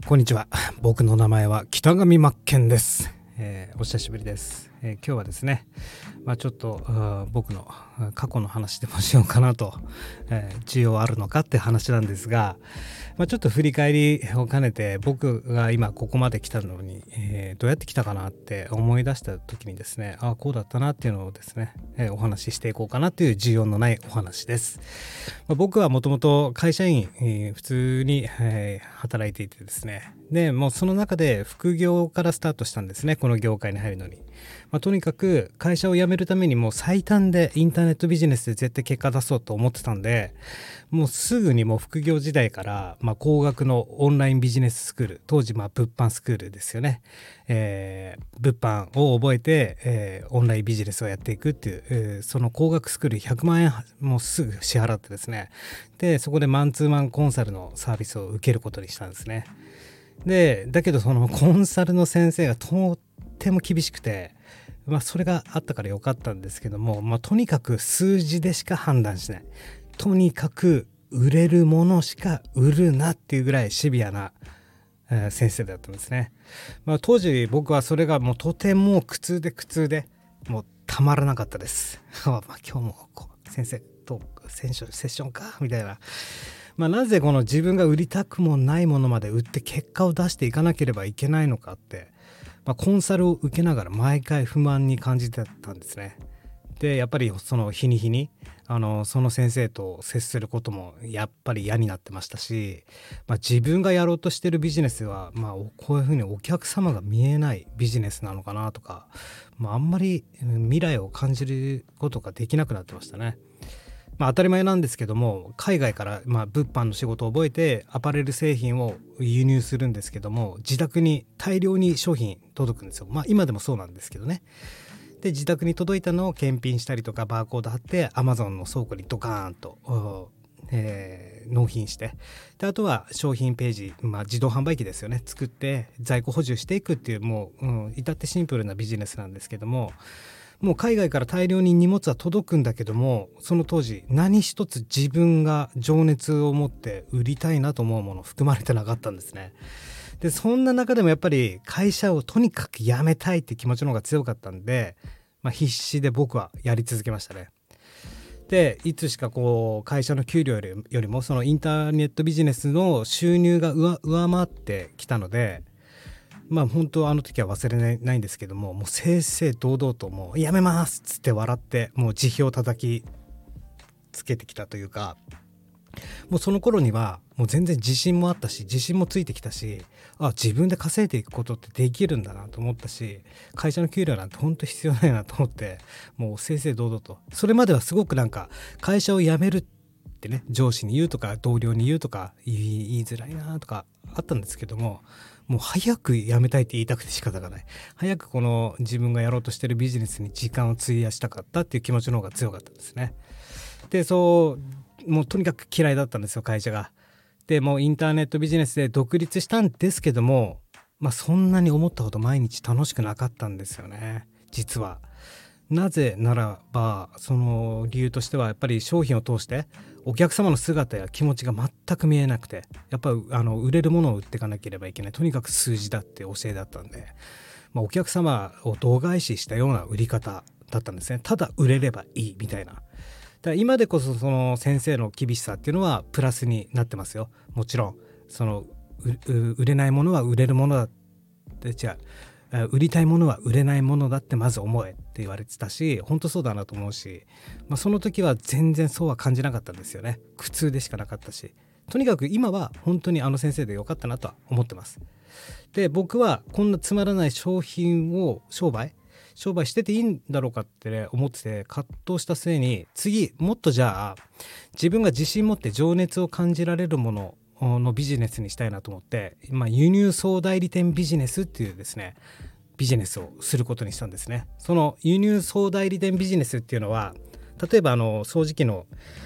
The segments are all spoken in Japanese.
こんにちは。僕の名前は北上真剣です。お久しぶりです。今日はですね、ちょっと僕の過去の話でもしようかなと、需要あるのかって話なんですが、ちょっと振り返りを兼ねて僕が今ここまで来たのに、どうやって来たかなって思い出した時にですね、こうだったなっていうのをですね、お話ししていこうかなという需要のないお話です。僕はもともと会社員、普通に、働いていてですね、でもうその中で副業からスタートしたんですね、この業界に入るのに。とにかく会社を辞めるためにもう最短でインターネットビジネスで絶対結果出そうと思ってたんで、もうすぐにもう副業時代から、高額のオンラインビジネススクール、当時物販スクールですよね、物販を覚えて、オンラインビジネスをやっていくっていう、その高額スクール100万円もうすぐ支払ってですね、でそこでマンツーマンコンサルのサービスを受けることにしたんですね。でだけどそのコンサルの先生がとっても厳しくて、それがあったから良かったんですけども、とにかく数字でしか判断しない、とにかく売れるものしか売るなっていうぐらいシビアな、先生だったんですね。当時僕はそれがもうとても苦痛でもうたまらなかったです。今日も先生とセッションかみたいな、なぜこの自分が売りたくもないものまで売って結果を出していかなければいけないのかって、コンサルを受けながら毎回不満に感じてたんですね。でやっぱりその日に日にその先生と接することもやっぱり嫌になってましたし、自分がやろうとしてるビジネスは、こういうふうにお客様が見えないビジネスなのかなとか、あんまり未来を感じることができなくなってましたね。当たり前なんですけども、海外から、物販の仕事を覚えてアパレル製品を輸入するんですけども、自宅に大量に商品届くんですよ。今でもそうなんですけどね。で自宅に届いたのを検品したりとかバーコード貼って Amazon の倉庫にドカーンと、納品して、であとは商品ページ、自動販売機ですよね、作って在庫補充していくっていう、もう、至ってシンプルなビジネスなんですけども、もう海外から大量に荷物は届くんだけども、その当時何一つ自分が情熱を持って売りたいなと思うもの含まれてなかったんですね。でそんな中でもやっぱり会社をとにかく辞めたいって気持ちの方が強かったんで、必死で僕はやり続けましたね。でいつしか会社の給料よりもそのインターネットビジネスの収入が上回ってきたので、本当あの時は忘れないんですけども、もう正々堂々ともうやめますっつって笑ってもう辞表を叩きつけてきたというか、もうその頃にはもう全然自信もあったし、自信もついてきたし、自分で稼いでいくことってできるんだなと思ったし、会社の給料なんて本当必要ないなと思って、もう正々堂々と、それまではすごく会社を辞めるってね、上司に言うとか同僚に言うとか言いづらいなとかあったんですけども、もう早く辞めたいって言いたくて仕方がない、早くこの自分がやろうとしてるビジネスに時間を費やしたかったっていう気持ちの方が強かったですね。でもうとにかく嫌いだったんですよ、会社が。でもうインターネットビジネスで独立したんですけども、そんなに思ったほど毎日楽しくなかったんですよね、実は。なぜならば、その理由としてはやっぱり商品を通してお客様の姿や気持ちが全く見えなくて、やっぱり売れるものを売っていかなければいけない、とにかく数字だって教えだったんで、お客様を度外視したような売り方だったんですね。ただ売れればいいみたいな。だから今でこそその先生の厳しさっていうのはプラスになってますよ。もちろんその売れないものは売れるものだって売りたいものは売れないものだってまず思えって言われてたし、本当そうだなと思うし、その時は全然そうは感じなかったんですよね。苦痛でしかなかったし、とにかく今は本当にあの先生でよかったなとは思ってます。で僕はこんなつまらない商売してていいんだろうかって、思ってて葛藤した末に、次もっとじゃあ自分が自信持って情熱を感じられるもののビジネスにしたいなと思って、輸入総代理店ビジネスっていうですね、ビジネスをすることにしたんですね。その輸入総代理店ビジネスっていうのは、例えば掃除機の、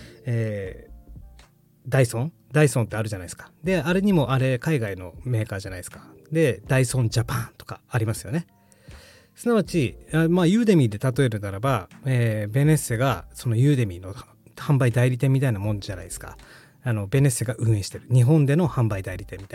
ダイソンってあるじゃないですか。であれにも海外のメーカーじゃないですか。でダイソンジャパンとかありますよね。すなわちユーデミーで例えるならば、ベネッセがそのユーデミーの販売代理店みたいなもんじゃないですか。ベネッセが運営してる日本での販売代理店みたいな、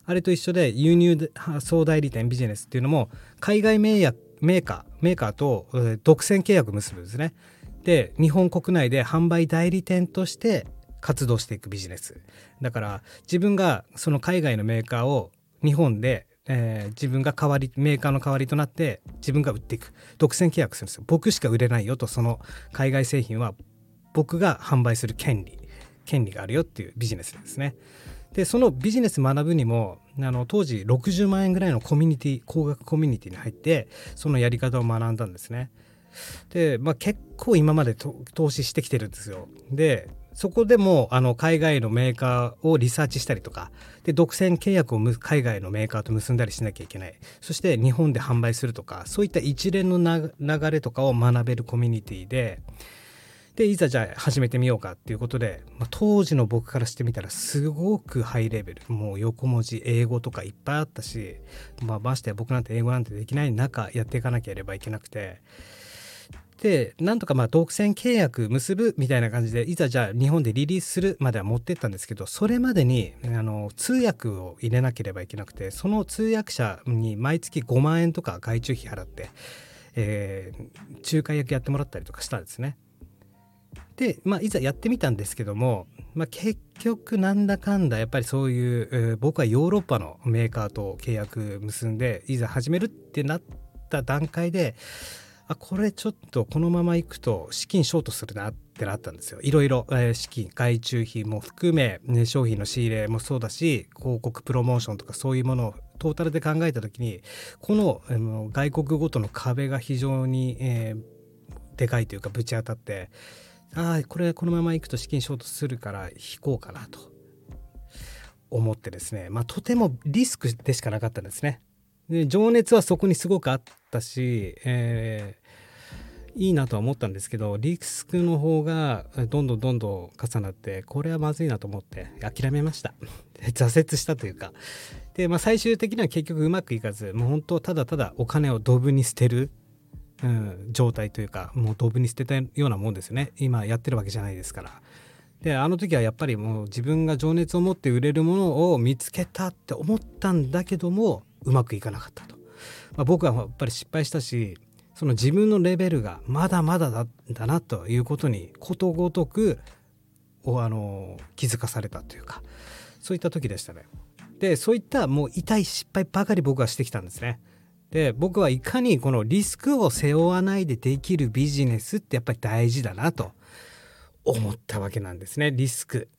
あれと一緒で輸入総代理店ビジネスっていうのも海外メーカーと独占契約を結ぶんですね。で日本国内で販売代理店として活動していくビジネスだから、自分がその海外のメーカーを日本で、自分がメーカーの代わりとなって自分が売っていく、独占契約するんですよ。僕しか売れないよと、その海外製品は僕が販売する権利があるよっていうビジネスですね。でそのビジネス学ぶにも当時60万円ぐらいの高額コミュニティに入ってそのやり方を学んだんですね。で、結構今まで投資してきてるんですよ。でそこでも海外のメーカーをリサーチしたりとかで、独占契約を海外のメーカーと結んだりしなきゃいけない、そして日本で販売するとか、そういった一連の流れとかを学べるコミュニティでいざじゃあ始めてみようかっていうことで、当時の僕からしてみたらすごくハイレベル、もう横文字英語とかいっぱいあったし、ましてや僕なんて英語なんてできない中やっていかなければいけなくて、でなんとか独占契約結ぶみたいな感じで、いざじゃあ日本でリリースするまでは持ってったんですけど、それまでに通訳を入れなければいけなくて、その通訳者に毎月5万円とか外注費払って、仲介役やってもらったりとかしたんですね。で、いざやってみたんですけども、結局なんだかんだやっぱりそういう、僕はヨーロッパのメーカーと契約結んでいざ始めるってなった段階で、これちょっとこのままいくと資金ショートするなってなったんですよ。いろいろ、資金外注費も含め、商品の仕入れもそうだし、広告プロモーションとかそういうものをトータルで考えた時に、この、外国ごとの壁が非常に、でかいというかぶち当たって、これこのままいくと資金ショートするから引こうかなと思ってですね、とてもリスクでしかなかったんですね。で情熱はそこにすごくあったし、いいなとは思ったんですけど、リスクの方がどんどん重なって、これはまずいなと思って諦めました挫折したというかで、最終的には結局うまくいかず、もう本当ただただお金をドブに捨てる、状態というか、もうドブに捨てたようなもんですよね。今やってるわけじゃないですから。で時はやっぱりもう自分が情熱を持って売れるものを見つけたって思ったんだけども、うまくいかなかったと。僕はやっぱり失敗したし、その自分のレベルがまだまだだなということにことごとく気づかされたというか、そういった時でしたね。でそういったもう痛い失敗ばかり僕はしてきたんですね。で僕はいかにこのリスクを背負わないでできるビジネスってやっぱり大事だなと思ったわけなんですね。リスク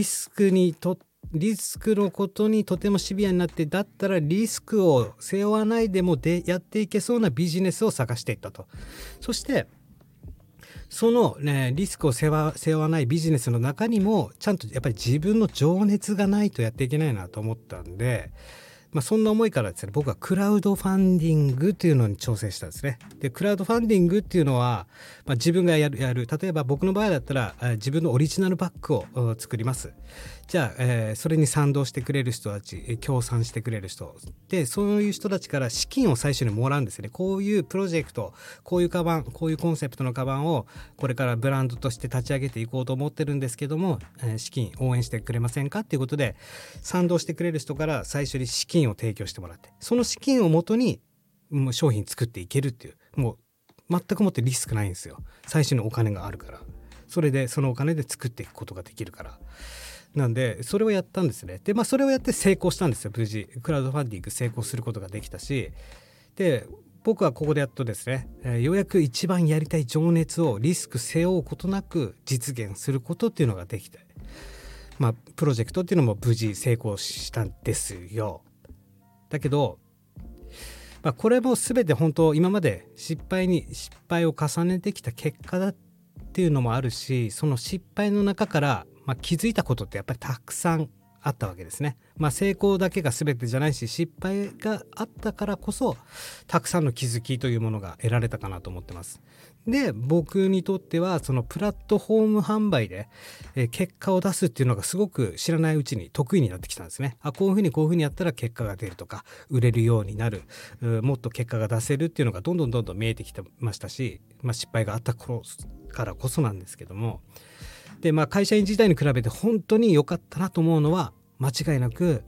のことにとてもシビアになって、だったらリスクを背負わないでもやっていけそうなビジネスを探していったと。そしてその、リスクを背負わないビジネスの中にもちゃんとやっぱり自分の情熱がないとやっていけないなと思ったんで、そんな思いからですね、僕はクラウドファンディングというのに挑戦したんですね。でクラウドファンディングっていうのは、自分がやる例えば僕の場合だったら自分のオリジナルバッグを作ります。じゃあ、それに賛同してくれる人たち、協賛してくれる人で、そういう人たちから資金を最初にもらうんですね。こういうプロジェクト、こういうカバン、こういうコンセプトのカバンをこれからブランドとして立ち上げていこうと思ってるんですけども、資金応援してくれませんかっていうことで、賛同してくれる人から最初に資金を提供してもらって、その資金をもとにもう商品作っていけるっていう、もう全くもってリスクないんですよ。最初にお金があるから、そのお金で作っていくことができるから。なんでそれをやったんですね。でそれをやって成功したんですよ。無事クラウドファンディング成功することができたし、で僕はここでやっとですね、ようやく一番やりたい情熱をリスク背負うことなく実現することっていうのができて、プロジェクトっていうのも無事成功したんですよ。だけどこれも全て本当今まで失敗を重ねてきた結果だっていうのもあるし、その失敗の中から気づいたことってやっぱりたくさんあったわけですね。成功だけが全てじゃないし、失敗があったからこそたくさんの気づきというものが得られたかなと思ってます。で僕にとってはそのプラットフォーム販売で、結果を出すっていうのがすごく知らないうちに得意になってきたんですね。こういうふうにやったら結果が出るとか、売れるようになる、もっと結果が出せるっていうのがどんどん見えてきてましたし、失敗があった頃からこそなんですけども、で会社員時代に比べて本当に良かったなと思うのは、間違いなく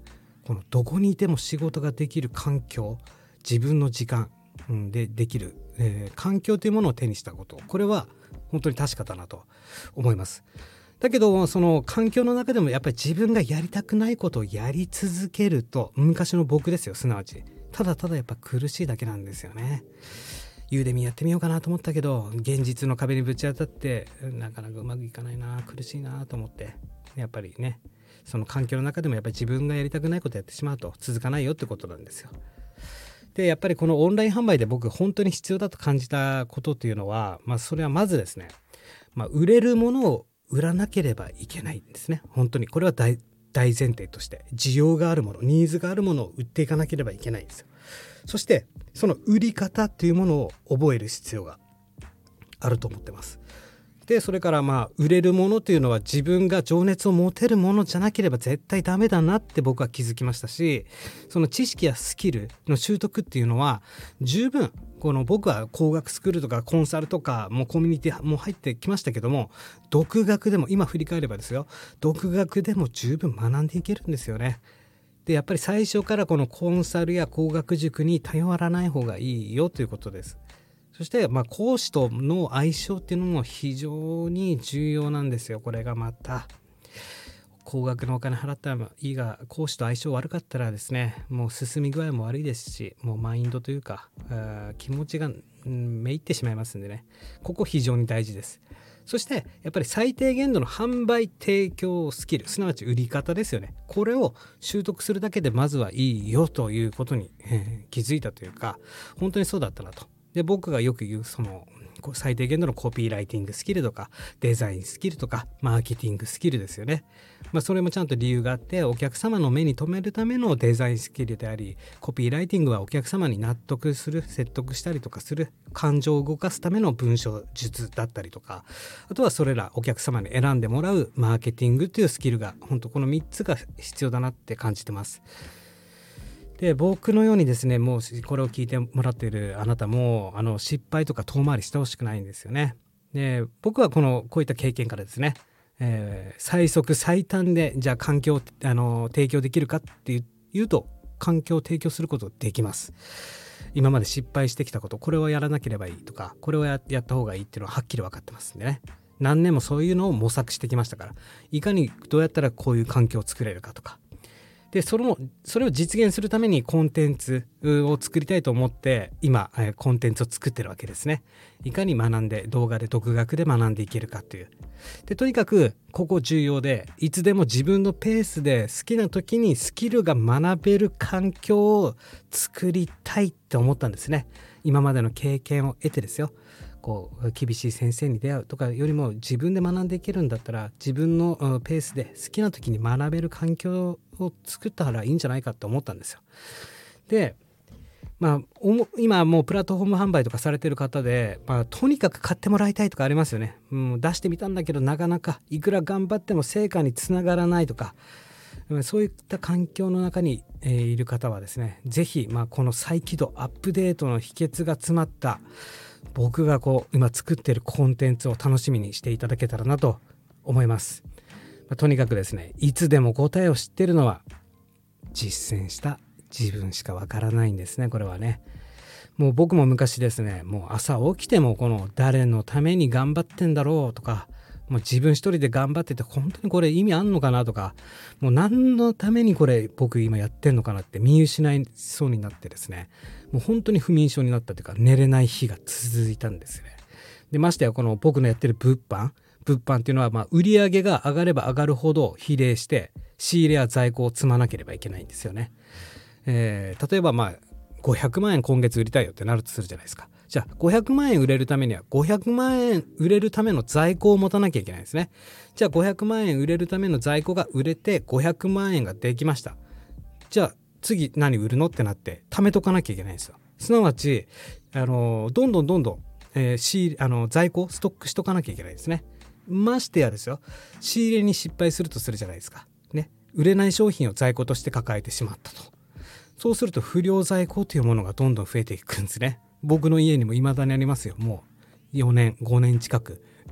このどこにいても仕事ができる環境、自分の時間でできる、環境というものを手にしたこと、これは本当に確かだなと思います。だけどその環境の中でもやっぱり自分がやりたくないことをやり続けると、昔の僕ですよ、すなわちただただやっぱ苦しいだけなんですよね。ユーデミやってみようかなと思ったけど、現実の壁にぶち当たってなかなかうまくいかないな、苦しいなと思って、やっぱりね、その環境の中でもやっぱり自分がやりたくないことやってしまうと続かないよってことなんですよ。でやっぱりこのオンライン販売で僕本当に必要だと感じたことというのは、それはまずですね、売れるものを売らなければいけないんですね。本当にこれは大前提として、需要があるもの、ニーズがあるものを売っていかなければいけないんですよ。そしてその売り方っていうものを覚える必要があると思ってます。でそれから売れるものというのは自分が情熱を持てるものじゃなければ絶対ダメだなって僕は気づきましたし、その知識やスキルの習得っていうのは十分、この僕は工学スクールとかコンサルとかもうコミュニティも入ってきましたけども、独学でも今振り返ればですよ、独学でも十分学んでいけるんですよね。でやっぱり最初からこのコンサルや工学塾に頼らない方がいいよということです。そして講師との相性っていうのも非常に重要なんですよ。これがまた高額のお金払ったらいいが、講師と相性悪かったらですね、もう進み具合も悪いですし、もうマインドというか気持ちがめいってしまいますんでね、ここ非常に大事です。そしてやっぱり最低限度の販売提供スキル、すなわち売り方ですよね。これを習得するだけでまずはいいよということに気づいたというか、本当にそうだったなと。で僕がよく言うその最低限度のコピーライティングスキルとかデザインスキルとかマーケティングスキルですよね。それもちゃんと理由があって、お客様の目に留めるためのデザインスキルであり、コピーライティングはお客様に納得する、説得したりとかする、感情を動かすための文章術だったりとか、あとはそれらお客様に選んでもらうマーケティングというスキルが、本当この3つが必要だなって感じてます。で僕のようにですね、もうこれを聞いてもらっているあなたも失敗とか遠回りしてほしくないんですよね。で僕はこういった経験からですね、最速最短でじゃあ環境を提供できるかっていうと、環境を提供することできます。今まで失敗してきたこと、これをやらなければいいとか、これをやった方がいいっていうのははっきり分かってますんでね、何年もそういうのを模索してきましたから、いかにどうやったらこういう環境を作れるかとか、でそれを実現するためにコンテンツを作りたいと思って今コンテンツを作ってるわけですね。いかに学んで、動画で独学で学んでいけるかという。でとにかくここ重要で、いつでも自分のペースで好きな時にスキルが学べる環境を作りたいって思ったんですね。今までの経験を得てですよ。厳しい先生に出会うとかよりも、自分で学んでいけるんだったら自分のペースで好きな時に学べる環境を作ったらいいんじゃないかと思ったんですよ。で今もうプラットフォーム販売とかされてる方で、とにかく買ってもらいたいとかありますよね。出してみたんだけどなかなかいくら頑張っても成果につながらないとか、そういった環境の中にいる方はですね、ぜひこの再起動アップデートの秘訣が詰まった僕が今作っているコンテンツを楽しみにしていただけたらなと思います。とにかくですね、いつでも答えを知っているのは実践した自分しかわからないんですね。これはね、もう僕も昔ですね、もう朝起きても誰のために頑張ってんだろうとか、もう自分一人で頑張ってて本当にこれ意味あんのかなとか、もう何のためにこれ僕今やってんのかなって見失いそうになってですね、もう本当に不眠症になったというか、寝れない日が続いたんですね。でましてや僕のやってる物販っていうのは売り上げが上がれば上がるほど比例して仕入れや在庫を積まなければいけないんですよね。例えば500万円今月売りたいよってなるとするじゃないですか。じゃあ500万円売れるためには500万円売れるための在庫を持たなきゃいけないですね。じゃあ500万円売れるための在庫が売れて500万円ができました。じゃあ次何売るのってなって貯めとかなきゃいけないんですよ。すなわちどんどん、在庫ストックしとかなきゃいけないですね。ましてやですよ、仕入れに失敗するとするじゃないですかね。売れない商品を在庫として抱えてしまったと。そうすると不良在庫というものがどんどん増えていくんですね。僕の家にも未だにありますよ。もう4年5年近く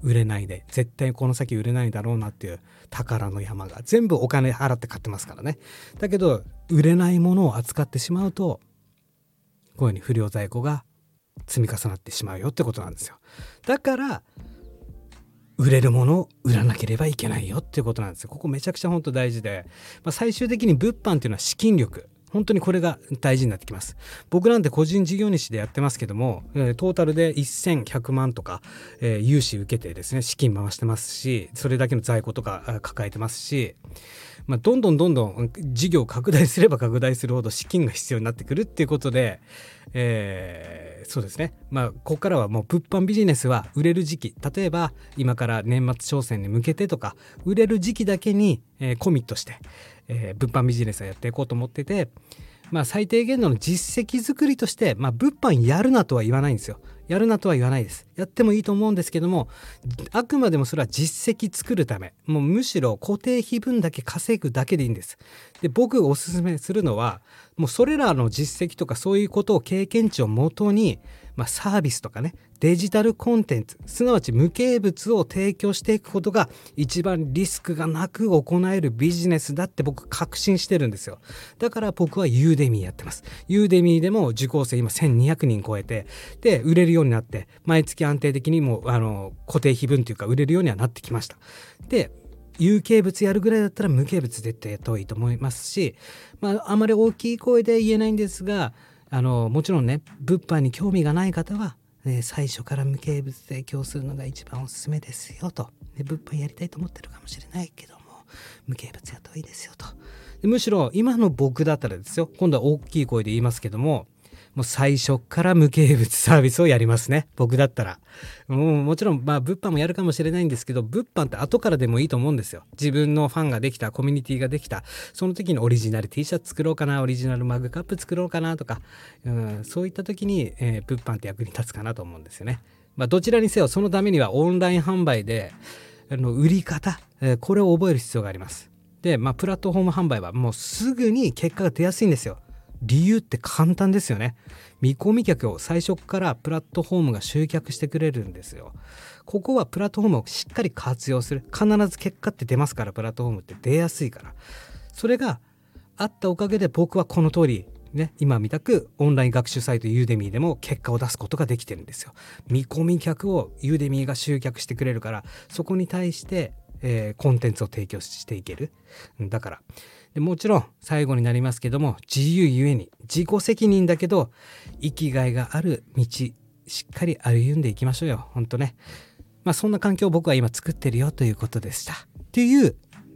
売れないで、絶対この先売れないだろうなっていう宝の山が全部お金払って買ってますからね。だけど売れないものを扱ってしまうと、こういうふうに不良在庫が積み重なってしまうよってことなんですよ。だから売れるものを売らなければいけないよっていうことなんですよ。ここめちゃくちゃ本当大事で、最終的に物販っていうのは資金力、本当にこれが大事になってきます。僕なんて個人事業主でやってますけども、トータルで1100万とか、融資受けてですね、資金回してますし、それだけの在庫とか抱えてますし、どんどん事業を拡大すれば拡大するほど資金が必要になってくるっていうことで、そうですね、ここからはもう物販ビジネスは売れる時期、例えば今から年末商戦に向けてとか、売れる時期だけに、コミットして、物販ビジネスをやっていこうと思ってて、最低限度の実績作りとして、物販やるなとは言わないんですよ。やるなとは言わないです。やってもいいと思うんですけども、あくまでもそれは実績作るため、もうむしろ固定費分だけ稼ぐだけでいいんです。で、僕がおすすめするのは、もうそれらの実績とかそういうことを経験値をもとに、サービスとかね、デジタルコンテンツ、すなわち無形物を提供していくことが一番リスクがなく行えるビジネスだって僕確信してるんですよ。だから僕はユーデミーやってます。ユーデミーでも受講生今1200人超えて、で売れるようになって、毎月安定的にも固定費分というか売れるようにはなってきました。で、有形物やるぐらいだったら無形物絶対やった方がいいと思いますし、あまり大きい声で言えないんですが、もちろんね、物販に興味がない方は、最初から無形物提供するのが一番おすすめですよと。物販やりたいと思ってるかもしれないけども、無形物やった方がいいですよと。むしろ今の僕だったらですよ、今度は大きい声で言いますけども、もう最初から無形物サービスをやりますね、僕だったら。もちろん物販もやるかもしれないんですけど、物販って後からでもいいと思うんですよ。自分のファンができた、コミュニティができた、その時にオリジナル T シャツ作ろうかな、オリジナルマグカップ作ろうかなとか、そういった時に、物販って役に立つかなと思うんですよね。どちらにせよそのためにはオンライン販売で売り方、これを覚える必要があります。で、プラットフォーム販売はもうすぐに結果が出やすいんですよ。理由って簡単ですよね。見込み客を最初からプラットフォームが集客してくれるんですよ。ここはプラットフォームをしっかり活用する。必ず結果って出ますから、プラットフォームって出やすいから。それがあったおかげで僕はこの通りね、今見たくオンライン学習サイトユーデミーでも結果を出すことができてるんですよ。見込み客をユーデミーが集客してくれるから、そこに対してコンテンツを提供していける。だからでもちろん最後になりますけども、自由ゆえに自己責任だけど生きがいがある道、しっかり歩んでいきましょうよ。本当ね。そんな環境を僕は今作ってるよということでした。っていう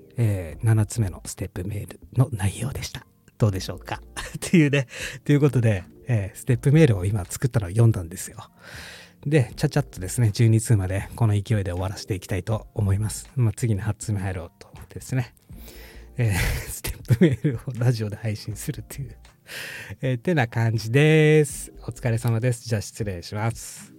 、7つ目のステップメールの内容でした。どうでしょうかっていうね。ということで、ステップメールを今作ったのを読んだんですよ。で、ちゃちゃっとですね、12通までこの勢いで終わらせていきたいと思います。次の8通目入ろうと思ってですね。ステップメールをラジオで配信するっていう、ってな感じです。お疲れ様です。じゃあ失礼します。